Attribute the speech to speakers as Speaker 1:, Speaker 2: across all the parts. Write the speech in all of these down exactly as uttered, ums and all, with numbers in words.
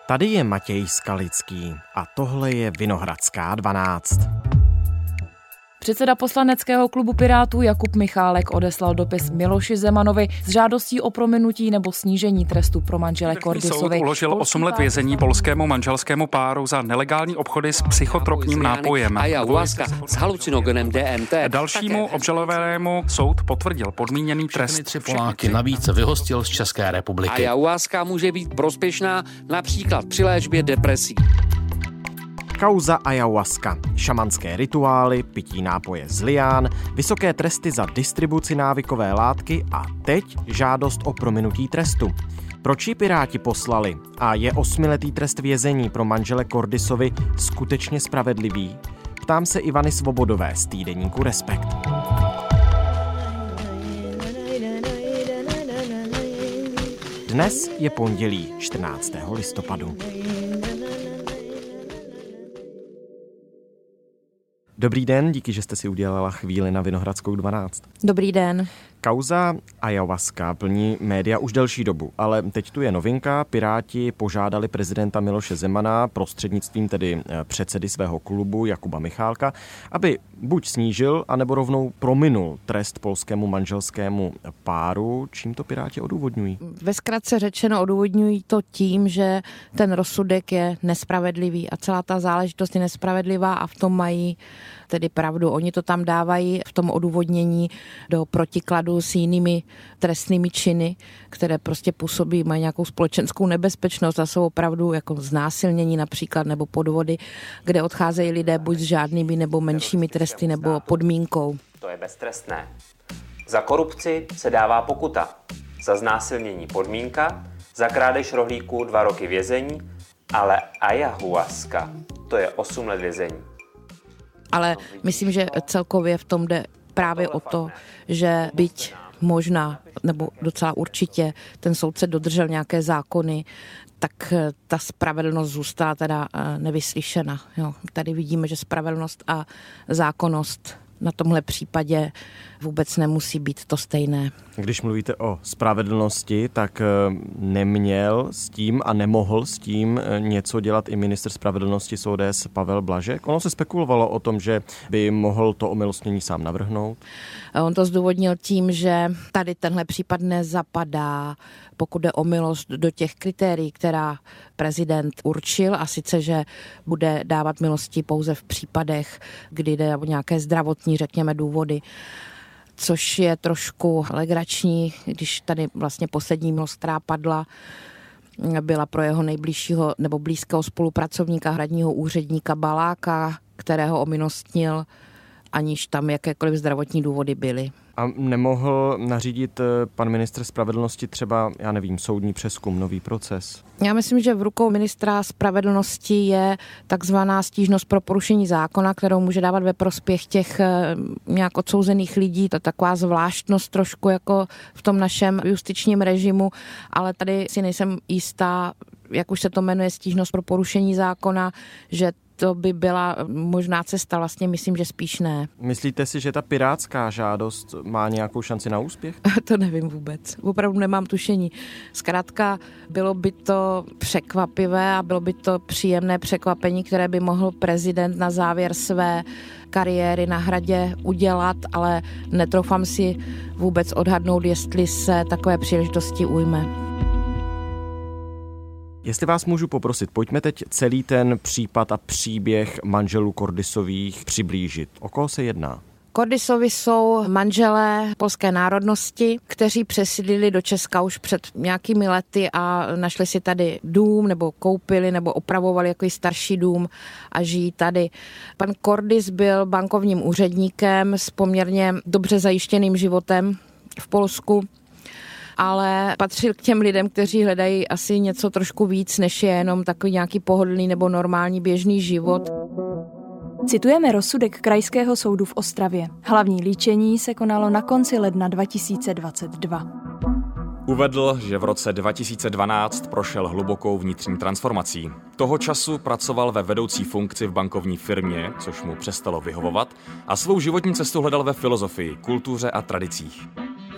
Speaker 1: Tady je Matěj Skalický a tohle je Vinohradská dvanáct.
Speaker 2: Předseda poslaneckého klubu Pirátů Jakub Michálek odeslal dopis Miloši Zemanovi s žádostí o prominutí nebo snížení trestu pro manžele Kordisovi.
Speaker 3: Soud uložil osm let vězení polskému manželskému páru za nelegální obchody s psychotropním nápojem.
Speaker 4: S halucinogenem D M T.
Speaker 3: Dalšímu obžalovanému soud potvrdil podmíněný trest.
Speaker 5: Tři Poláky navíc vyhostil z České republiky.
Speaker 4: Ayahuasca může být prospěšná například při léčbě depresí.
Speaker 1: Kauza ayahuasca, šamanské rituály, pití nápoje z lián, vysoké tresty za distribuci návykové látky a teď žádost o prominutí trestu. Proč ji Piráti poslali a je osmiletý trest vězení pro manžele Kordisovi skutečně spravedlivý? Ptám se Ivany Svobodové z týdeníku Respekt. Dnes je pondělí čtrnáctého listopadu. Dobrý den, díky, že jste si udělala chvíli na Vinohradskou dvanáct.
Speaker 2: Dobrý den.
Speaker 1: Kauza ayahuasca plní média už delší dobu, ale teď tu je novinka. Piráti požádali prezidenta Miloše Zemana prostřednictvím tedy předsedy svého klubu Jakuba Michálka, aby buď snížil, anebo rovnou prominul trest polskému manželskému páru. Čím to Piráti odůvodňují?
Speaker 2: Ve zkratce řečeno odůvodňují to tím, že ten rozsudek je nespravedlivý a celá ta záležitost je nespravedlivá a v tom mají tedy pravdu. Oni to tam dávají v tom odůvodnění do protikladu s jinými trestnými činy, které prostě působí, mají nějakou společenskou nebezpečnost a jsou opravdu jako znásilnění například nebo podvody, kde odcházejí lidé buď s žádnými nebo menšími tresty nebo podmínkou.
Speaker 6: To je beztrestné. Za korupci se dává pokuta, za znásilnění podmínka, za krádež rohlíků dva roky vězení, ale ayahuasca, to je osm let vězení.
Speaker 2: Ale myslím, že celkově v tom jde právě o to, že byť možná, nebo docela určitě ten soudce dodržel nějaké zákony, tak ta spravedlnost zůstala teda nevyslyšena. Jo. Tady vidíme, že spravedlnost a zákonnost na tomhle případě vůbec nemusí být to stejné.
Speaker 1: Když mluvíte o spravedlnosti, tak neměl s tím a nemohl s tím něco dělat i ministr spravedlnosti z O D S Pavel Blažek? Ono se spekulovalo o tom, že by mohl to omilostnění sám navrhnout.
Speaker 2: On to zdůvodnil tím, že tady tenhle případ nezapadá, pokud jde o milost, do těch kritérií, která prezident určil, a sice, že bude dávat milosti pouze v případech, kdy jde o nějaké zdravotní, řekněme, důvody. Což je trošku legrační, když tady vlastně poslední milost, která padla, byla pro jeho nejbližšího nebo blízkého spolupracovníka, hradního úředníka Baláka, kterého omilostnil, aniž tam jakékoliv zdravotní důvody byly.
Speaker 1: A nemohl nařídit pan ministr spravedlnosti třeba, já nevím, soudní přezkum, nový proces?
Speaker 2: Já myslím, že v rukou ministra spravedlnosti je takzvaná stížnost pro porušení zákona, kterou může dávat ve prospěch těch nějak odsouzených lidí. To je taková zvláštnost trošku jako v tom našem justičním režimu, ale tady si nejsem jistá, jak už se to jmenuje, stížnost pro porušení zákona, že to by byla možná cesta, vlastně myslím, že spíš ne.
Speaker 1: Myslíte si, že ta pirátská žádost má nějakou šanci na úspěch?
Speaker 2: To nevím vůbec. Opravdu nemám tušení. Zkrátka bylo by to překvapivé a bylo by to příjemné překvapení, které by mohl prezident na závěr své kariéry na Hradě udělat, ale netroufám si vůbec odhadnout, jestli se takové příležitosti ujme.
Speaker 1: Jestli vás můžu poprosit, pojďme teď celý ten případ a příběh manželů Kordisových přiblížit. O koho se jedná?
Speaker 2: Kordisovi jsou manželé polské národnosti, kteří přesídlili do Česka už před nějakými lety a našli si tady dům, nebo koupili, nebo opravovali jako starší dům a žijí tady. Pan Kordis byl bankovním úředníkem s poměrně dobře zajištěným životem v Polsku, ale patřil k těm lidem, kteří hledají asi něco trošku víc, než je jenom takový nějaký pohodlný nebo normální běžný život.
Speaker 7: Citujeme rozsudek Krajského soudu v Ostravě. Hlavní líčení se konalo na konci ledna dva tisíce dvacet dva.
Speaker 8: Uvedl, že v roce dva tisíce dvanáct prošel hlubokou vnitřní transformací. Toho času pracoval ve vedoucí funkci v bankovní firmě, což mu přestalo vyhovovat, a svou životní cestu hledal ve filozofii, kultuře a tradicích.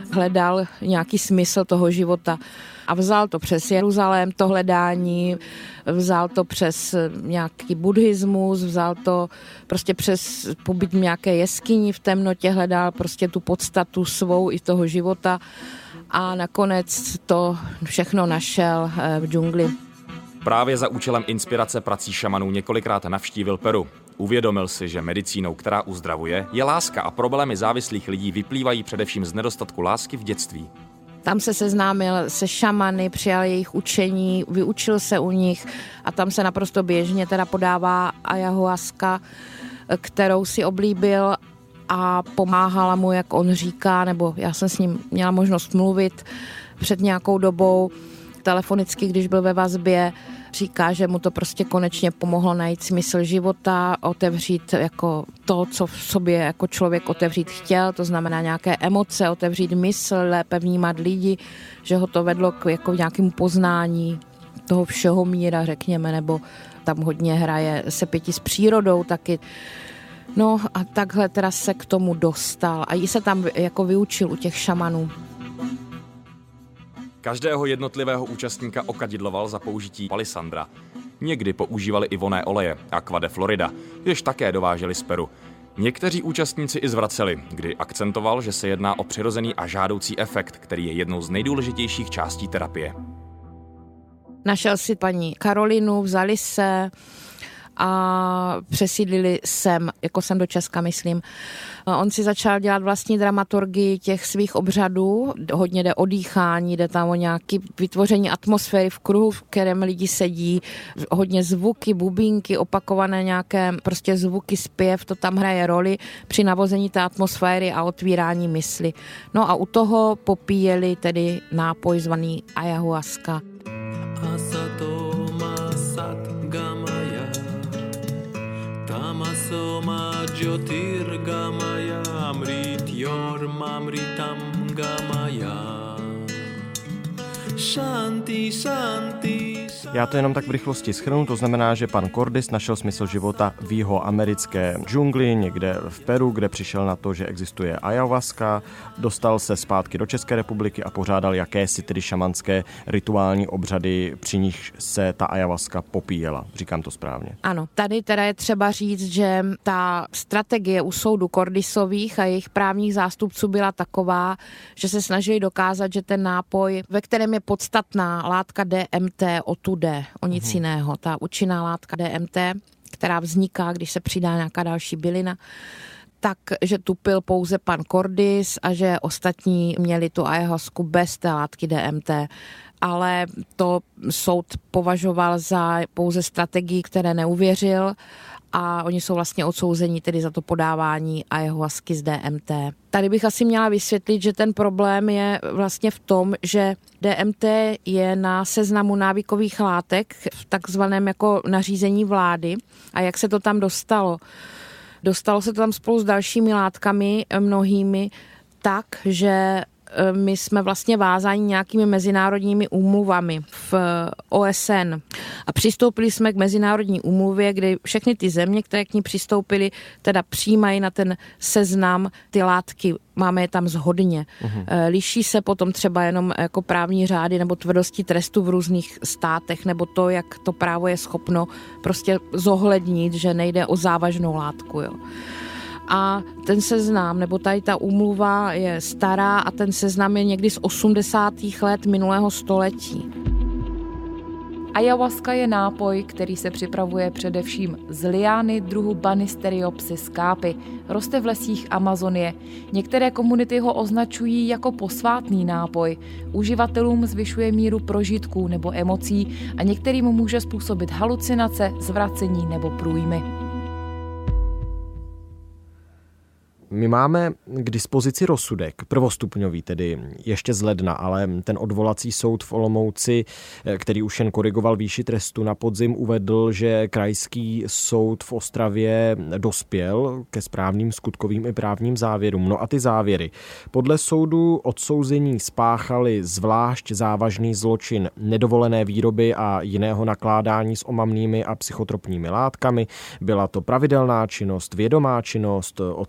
Speaker 2: hledal nějaký smysl toho života. A vzal to přes Jeruzalém, to hledání, vzal to přes nějaký buddhismus, vzal to prostě přes pobyt v nějaké jeskyni v temnotě, hledal prostě tu podstatu svou i toho života a nakonec to všechno našel v džungli.
Speaker 8: Právě za účelem inspirace prací šamanů několikrát navštívil Peru. Uvědomil si, že medicínou, která uzdravuje, je láska a problémy závislých lidí vyplývají především z nedostatku lásky v dětství.
Speaker 2: Tam se seznámil se šamany, přijal jejich učení, vyučil se u nich a tam se naprosto běžně teda podává ayahuasca, kterou si oblíbil a pomáhala mu, jak on říká, nebo já jsem s ním měla možnost mluvit před nějakou dobou telefonicky, když byl ve vazbě, říká, že mu to prostě konečně pomohlo najít smysl života, otevřít jako to, co v sobě jako člověk otevřít chtěl, to znamená nějaké emoce, otevřít mysl, lépe vnímat lidi, že ho to vedlo k jako nějakému poznání toho všeho míra, řekněme, nebo tam hodně hraje se pěti s přírodou taky. No a takhle teda se k tomu dostal a i se tam jako vyučil u těch šamanů.
Speaker 8: Každého jednotlivého účastníka okadidloval za použití palisandra. Někdy používali i vonné oleje, Aqua de Florida, jež také dováželi z Peru. Někteří účastníci i zvraceli, kdy akcentoval, že se jedná o přirozený a žádoucí efekt, který je jednou z nejdůležitějších částí terapie.
Speaker 2: Našel si paní Karolinu, vzali se a přesídlili sem, jako jsem do Česka, myslím. On si začal dělat vlastní dramaturgii těch svých obřadů, hodně jde o dýchání, jde tam o nějaké vytvoření atmosféry v kruhu, v kterém lidi sedí, hodně zvuky, bubínky, opakované nějaké prostě zvuky, zpěv, to tam hraje roli při navození té atmosféry a otvírání mysli. No a u toho popíjeli tedy nápoj zvaný ayahuasca. Tamasoma Jyotirgamaya Amrityormamritam Gamaya Shanti Shanti.
Speaker 1: Já to jenom tak v rychlosti shrnu, to znamená, že pan Cordis našel smysl života v jihoamerické džungli, někde v Peru, kde přišel na to, že existuje ayahuasca, dostal se zpátky do České republiky a pořádal jakési tedy šamanské rituální obřady, při nich se ta ayahuasca popíjela. Říkám to správně.
Speaker 2: Ano, tady teda je třeba říct, že ta strategie u soudu Cordisových a jejich právních zástupců byla taková, že se snažili dokázat, že ten nápoj, ve kterém je podstatná látka D M T, o tu jde, o nic uhum. jiného. Ta účinná látka D M T, která vzniká, když se přidá nějaká další bylina, tak, že tu pil pouze pan Cordis a že ostatní měli tu ayahuasku bez té látky D M T. Ale to soud považoval za pouze strategii, které neuvěřil a oni jsou vlastně odsouzení tedy za to podávání ayahuasky z D M T. Tady bych asi měla vysvětlit, že ten problém je vlastně v tom, že D M T je na seznamu návykových látek v takzvaném jako nařízení vlády a jak se to tam dostalo. Dostalo se to tam spolu s dalšími látkami mnohými tak, že my jsme vlastně vázáni nějakými mezinárodními úmluvami v O S N a přistoupili jsme k mezinárodní úmluvě, kde všechny ty země, které k ní přistoupily, teda přijímají na ten seznam ty látky. Máme je tam zhodně. Uh-huh. Liší se potom třeba jenom jako právní řády nebo tvrdosti trestu v různých státech, nebo to, jak to právo je schopno prostě zohlednit, že nejde o závažnou látku. Jo. A ten seznam, nebo tady ta úmluva je stará a ten seznam je někdy z osmdesátých let minulého století.
Speaker 7: Ayahuasca je nápoj, který se připravuje především z liány druhu Banisteriopsis cápi. Roste v lesích Amazonie. Některé komunity ho označují jako posvátný nápoj. Uživatelům zvyšuje míru prožitků nebo emocí a některým může způsobit halucinace, zvracení nebo průjmy.
Speaker 1: My máme k dispozici rozsudek, prvostupňový, tedy ještě z ledna, ale ten odvolací soud v Olomouci, který už jen korigoval výši trestu na podzim, uvedl, že krajský soud v Ostravě dospěl ke správným skutkovým i právním závěrům. No a ty závěry. Podle soudu odsouzení spáchali zvlášť závažný zločin nedovolené výroby a jiného nakládání s omamnými a psychotropními látkami. Byla to pravidelná činnost, vědomá činnost, odsouzení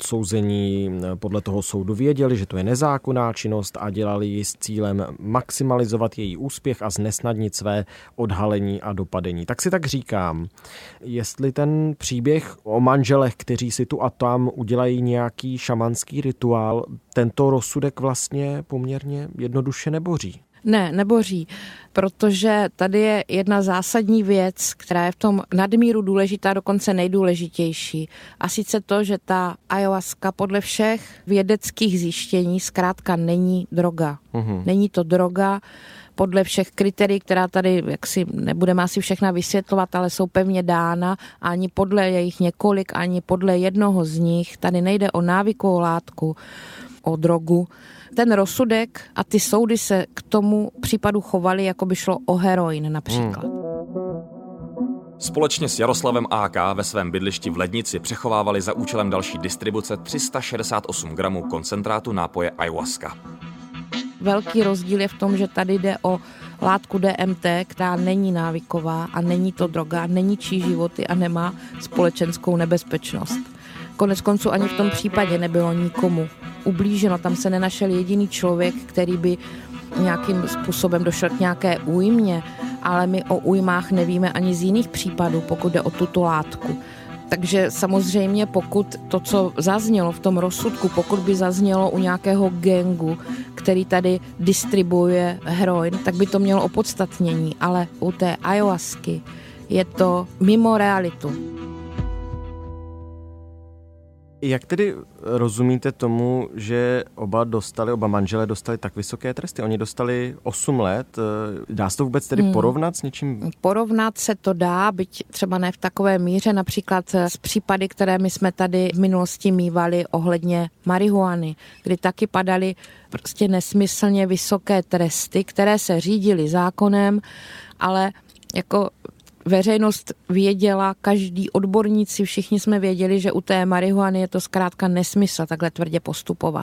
Speaker 1: oni podle toho soudu věděli, že to je nezákonná činnost a dělali ji s cílem maximalizovat její úspěch a znesnadnit své odhalení a dopadení. Tak si tak říkám, jestli ten příběh o manželech, kteří si tu a tam udělají nějaký šamanský rituál, tento rozsudek vlastně poměrně jednoduše neboří.
Speaker 2: Ne, neboří, protože tady je jedna zásadní věc, která je v tom nadmíru důležitá, dokonce nejdůležitější. A sice to, že ta ayahuasca podle všech vědeckých zjištění zkrátka není droga. Uhum. Není to droga podle všech kritérií, která tady, jak si nebudeme asi všechna vysvětlovat, ale jsou pevně dána, ani podle jejich několik, ani podle jednoho z nich. Tady nejde o návykovou látku, o drogu. Ten rozsudek a ty soudy se k tomu případu chovaly, jako by šlo o heroin například. Hmm.
Speaker 8: Společně s Jaroslavem á ká ve svém bydlišti v Lednici přechovávali za účelem další distribuce tři sta šedesát osm gramů koncentrátu nápoje ayahuasca.
Speaker 2: Velký rozdíl je v tom, že tady jde o látku D M T, která není návyková a není to droga, neníčí životy a nemá společenskou nebezpečnost. Konec konců ani v tom případě nebylo nikomu ublíženo, tam se nenašel jediný člověk, který by nějakým způsobem došel k nějaké újmě, ale my o újmách nevíme ani z jiných případů, pokud jde o tuto látku. Takže samozřejmě pokud to, co zaznělo v tom rozsudku, pokud by zaznělo u nějakého gangu, který tady distribuuje heroin, tak by to mělo opodstatnění, ale u té ayahuasky je to mimo realitu.
Speaker 1: Jak tedy rozumíte tomu, že oba dostali, oba manželé dostali tak vysoké tresty? Oni dostali osm let. Dá se to vůbec tedy hmm. porovnat s něčím?
Speaker 2: Porovnat se to dá, byť třeba ne v takové míře, například s případy, které my jsme tady v minulosti mívali ohledně marihuany, kdy taky padaly prostě nesmyslně vysoké tresty, které se řídily zákonem, ale jako veřejnost věděla, každý odborníci, všichni jsme věděli, že u té marihuany je to zkrátka nesmysl takhle tvrdě postupovat.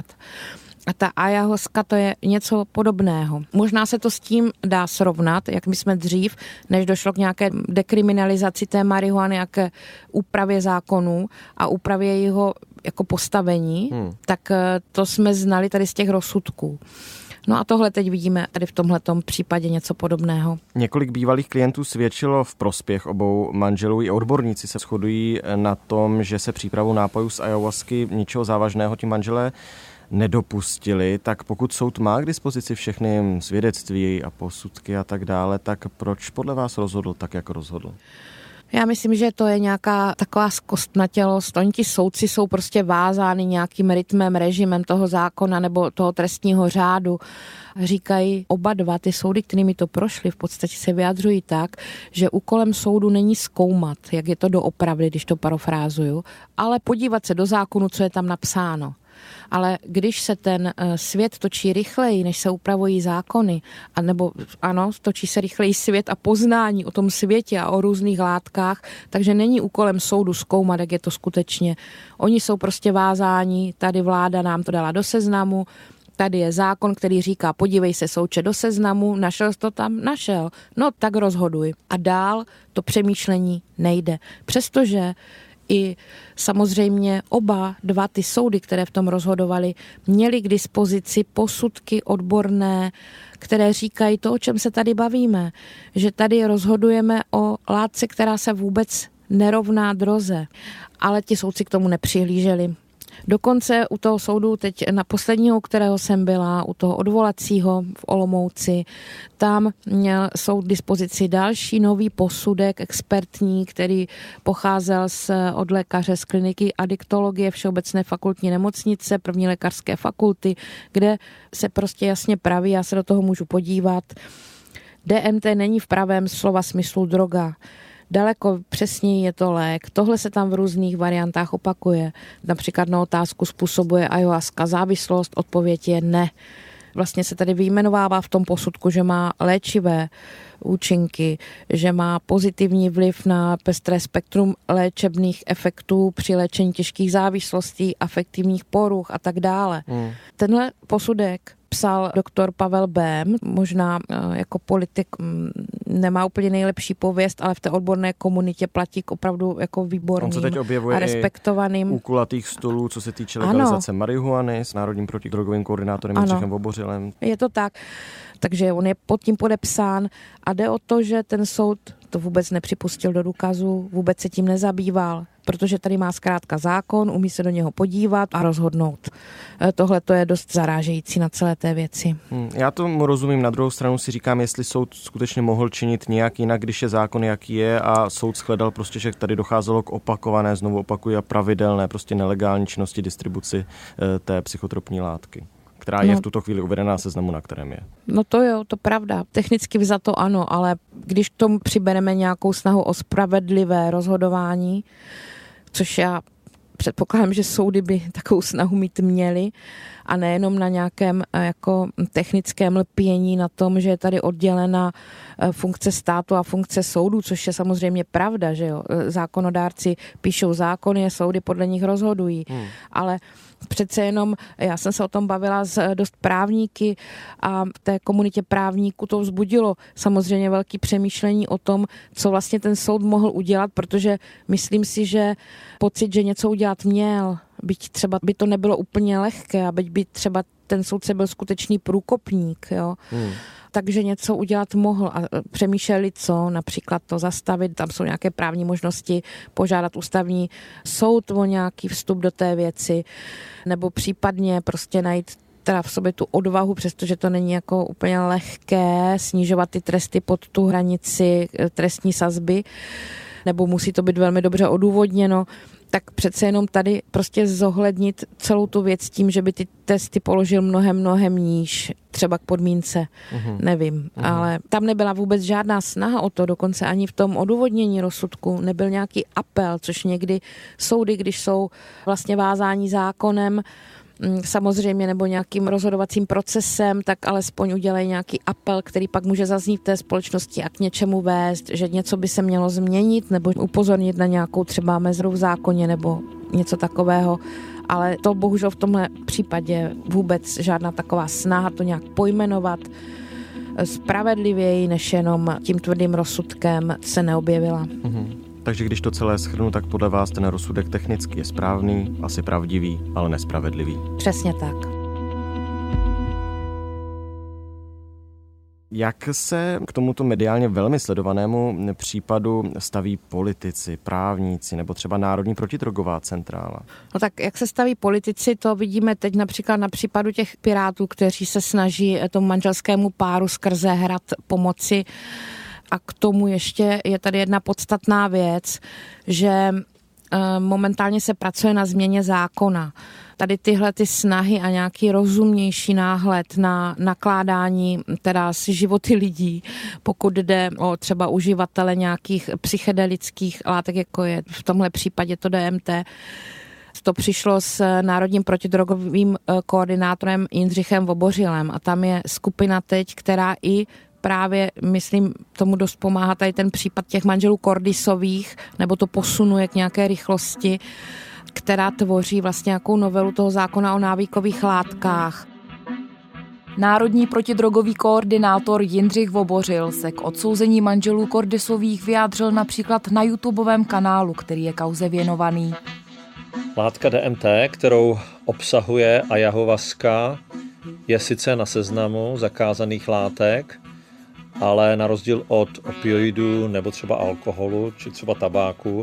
Speaker 2: A ta ayahuasca to je něco podobného. Možná se to s tím dá srovnat, jak my jsme dřív, než došlo k nějaké dekriminalizaci té marihuany a k úpravě zákonů a úpravě jeho jako postavení, hmm. tak to jsme znali tady z těch rozsudků. No a tohle teď vidíme tady v tomhletom případě něco podobného.
Speaker 1: Několik bývalých klientů svědčilo v prospěch obou manželů. I odborníci se shodují na tom, že se přípravou nápojů z ayahuasky ničeho závažného ti manželé nedopustili. Tak pokud soud má k dispozici všechny svědectví a posudky a tak dále, tak proč podle vás rozhodl tak, jak rozhodl?
Speaker 2: Já myslím, že to je nějaká taková zkostnatělost. Oni ti soudci jsou prostě vázány nějakým rytmem, režimem toho zákona nebo toho trestního řádu. Říkají oba dva ty soudy, kterými to prošly, v podstatě se vyjadřují tak, že úkolem soudu není zkoumat, jak je to doopravdy, když to parafrázuju, ale podívat se do zákonu, co je tam napsáno. Ale když se ten svět točí rychleji, než se upravují zákony, anebo ano, točí se rychleji svět a poznání o tom světě a o různých látkách, takže není úkolem soudu zkoumat, jak je to skutečně. Oni jsou prostě vázáni, tady vláda nám to dala do seznamu, tady je zákon, který říká, podívej se, souče, do seznamu, našel jsi to tam? Našel. No tak rozhoduj. A dál to přemýšlení nejde. Přestože i samozřejmě oba dva ty soudy, které v tom rozhodovaly, měly k dispozici posudky odborné, které říkají to, o čem se tady bavíme, že tady rozhodujeme o látce, která se vůbec nerovná droze. Ale ti soudci k tomu nepřihlíželi. Dokonce u toho soudu, teď na posledního, u kterého jsem byla, u toho odvolacího v Olomouci, tam měl soud k dispozici další nový posudek expertní, který pocházel z, od lékaře z kliniky adiktologie Všeobecné fakultní nemocnice, první lékařské fakulty, kde se prostě jasně praví, já se do toho můžu podívat, D M T není v pravém slova smyslu droga. Daleko přesněji je to lék. Tohle se tam v různých variantách opakuje. Například na otázku způsobuje ayahuasca závislost, odpověď je ne. Vlastně se tady vyjmenovává v tom posudku, že má léčivé účinky, že má pozitivní vliv na pestré spektrum léčebných efektů při léčení těžkých závislostí, afektivních poruch a tak dále. Hmm. Tenhle posudek psal doktor Pavel Bém, možná jako politik nemá úplně nejlepší pověst, ale v té odborné komunitě platí opravdu jako výborným
Speaker 1: On se teď objevuje
Speaker 2: a respektovaným.
Speaker 1: U kulatých stolů, co se týče legalizace ano. marihuany s Národním protidrogovým koordinátorem Jindřichem Vobořilem.
Speaker 2: Je to tak. Takže on je pod tím podepsán a jde o to, že ten soud to vůbec nepřipustil do důkazu, vůbec se tím nezabýval, protože tady má zkrátka zákon, umí se do něho podívat a rozhodnout. Tohle to je dost zarážející na celé té věci.
Speaker 1: Hmm, já tomu rozumím, na druhou stranu si říkám, jestli soud skutečně mohl činit nějak jinak, když je zákon, jaký je, a soud shledal prostě, že tady docházelo k opakované, znovu opakuji, a pravidelné, prostě nelegální činnosti distribuci té psychotropní látky, která je no. v tuto chvíli uvedená na seznamu, na kterém je.
Speaker 2: No to jo, to pravda. Technicky vzato ano, ale když k tomu přibereme nějakou snahu o spravedlivé rozhodování, což já předpokládám, že soudy by takovou snahu mít měly, a nejenom na nějakém jako technickém lpění na tom, že je tady oddělena funkce státu a funkce soudů, což je samozřejmě pravda, že jo. Zákonodárci píšou zákony, soudy podle nich rozhodují, hmm. ale přece jenom, já jsem se o tom bavila s dost právníky a v té komunitě právníků to vzbudilo samozřejmě velké přemýšlení o tom, co vlastně ten soud mohl udělat, protože myslím si, že pocit, že něco udělat měl, byť třeba by to nebylo úplně lehké a byť by třeba ten soudce byl skutečný průkopník, jo. Hmm. Takže něco udělat mohl a přemýšleli co, například to zastavit, tam jsou nějaké právní možnosti, požádat ústavní soud o nějaký vstup do té věci, nebo případně prostě najít teda v sobě tu odvahu, přestože to není jako úplně lehké, snižovat ty tresty pod tu hranici trestní sazby, nebo musí to být velmi dobře odůvodněno, tak přece jenom tady prostě zohlednit celou tu věc tím, že by ty testy položil mnohem, mnohem níž, třeba k podmínce, uhum. nevím. Uhum. Ale tam nebyla vůbec žádná snaha o to, dokonce ani v tom odůvodnění rozsudku nebyl nějaký apel, což někdy soudy, když jsou vlastně vázání zákonem, samozřejmě, nebo nějakým rozhodovacím procesem, tak alespoň udělají nějaký apel, který pak může zaznít v té společnosti a k něčemu vést, že něco by se mělo změnit nebo upozornit na nějakou třeba mezeru v zákoně nebo něco takového. Ale to bohužel v tomhle případě vůbec žádná taková snaha to nějak pojmenovat spravedlivěji, než jenom tím tvrdým rozsudkem se neobjevila.
Speaker 1: Mm-hmm. Takže když to celé shrnu, tak podle vás ten rozsudek technicky je správný, asi pravdivý, ale nespravedlivý.
Speaker 2: Přesně tak.
Speaker 1: Jak se k tomuto mediálně velmi sledovanému případu staví politici, právníci nebo třeba Národní protidrogová centrála?
Speaker 2: No tak jak se staví politici, to vidíme teď například na případu těch Pirátů, kteří se snaží tomu manželskému páru skrze hrad pomoci. A k tomu ještě je tady jedna podstatná věc, že momentálně se pracuje na změně zákona. Tady tyhle ty snahy a nějaký rozumnější náhled na nakládání teda s životy lidí, pokud jde o třeba uživatele nějakých psychedelických látek, jako je v tomhle případě to D M T, to přišlo s Národním protidrogovým koordinátorem Jindřichem Vobořilem a tam je skupina teď, která i právě, myslím, tomu dost pomáhá tady ten případ těch manželů Kordisových, nebo to posunuje k nějaké rychlosti, která tvoří vlastně nějakou novelu toho zákona o návykových látkách.
Speaker 7: Národní protidrogový koordinátor Jindřich Vobořil se k odsouzení manželů Kordisových vyjádřil například na YouTubeovém kanálu, který je kauze věnovaný.
Speaker 9: Látka D M T, kterou obsahuje ayahuasca, je sice na seznamu zakázaných látek, ale na rozdíl od opioidů nebo třeba alkoholu či třeba tabáku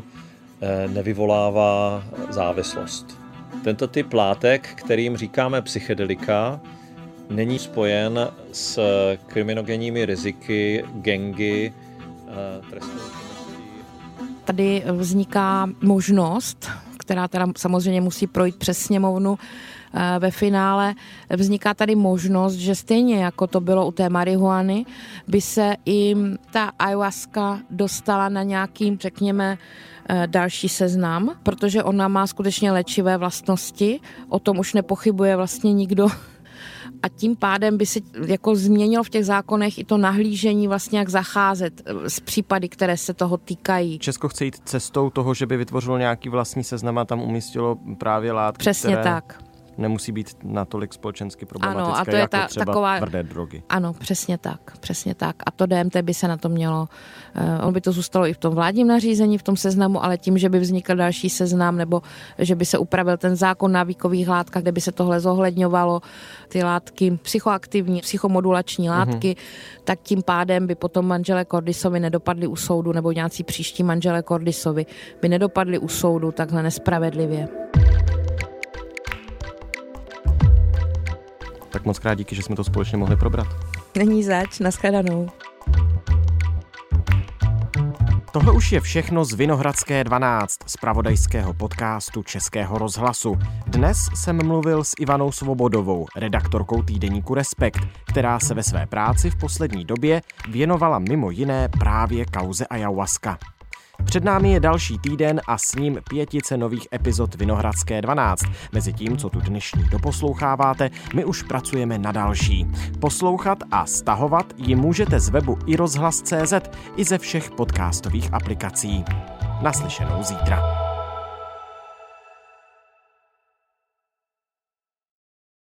Speaker 9: nevyvolává závislost. Tento typ látek, kterým říkáme psychedelika, není spojen s kriminogenními riziky, gangy, trestnou činností.
Speaker 2: Tady vzniká možnost, která teda samozřejmě musí projít přes sněmovnu, ve finále vzniká tady možnost, že stejně jako to bylo u té marihuany, by se i ta ayahuasca dostala na nějaký, řekněme, další seznam, protože ona má skutečně léčivé vlastnosti, o tom už nepochybuje vlastně nikdo. A tím pádem by se jako změnilo v těch zákonech i to nahlížení vlastně, jak zacházet s případy, které se toho týkají.
Speaker 1: Česko chce jít cestou toho, že by vytvořilo nějaký vlastní seznam a tam umístilo právě látky,
Speaker 2: Přesně
Speaker 1: které...
Speaker 2: tak.
Speaker 1: nemusí být natolik společensky problematické,
Speaker 2: ano, a to je
Speaker 1: jako
Speaker 2: ta,
Speaker 1: třeba
Speaker 2: taková,
Speaker 1: tvrdé drogy.
Speaker 2: Ano, přesně tak, přesně tak. A to D M T by se na to mělo, uh, on by to zůstalo i v tom vládním nařízení, v tom seznamu, ale tím, že by vznikl další seznam, nebo že by se upravil ten zákon návykových látkách, kde by se tohle zohledňovalo, ty látky psychoaktivní, psychomodulační látky, mm-hmm. tak tím pádem by potom manželé Cordisovi nedopadli u soudu, nebo nějací příští manželé Cordisovi by nedopadli u soudu takhle nespravedlivě.
Speaker 1: Tak moc krát díky, že jsme to společně mohli probrat.
Speaker 2: Není zač, nashledanou.
Speaker 1: Tohle už je všechno z Vinohradské dvanáct, z zpravodajského podcastu Českého rozhlasu. Dnes jsem mluvil s Ivanou Svobodovou, redaktorkou týdeníku Respekt, která se ve své práci v poslední době věnovala mimo jiné právě kauze ayahuasca. Před námi je další týden a s ním pětice nových epizod Vinohradské dvanáct. Mezi tím, co tu dnešní doposloucháváte, my už pracujeme na další. Poslouchat a stahovat ji můžete z webu i rozhlas tečka cé zet i ze všech podcastových aplikací. Naslyšenou zítra.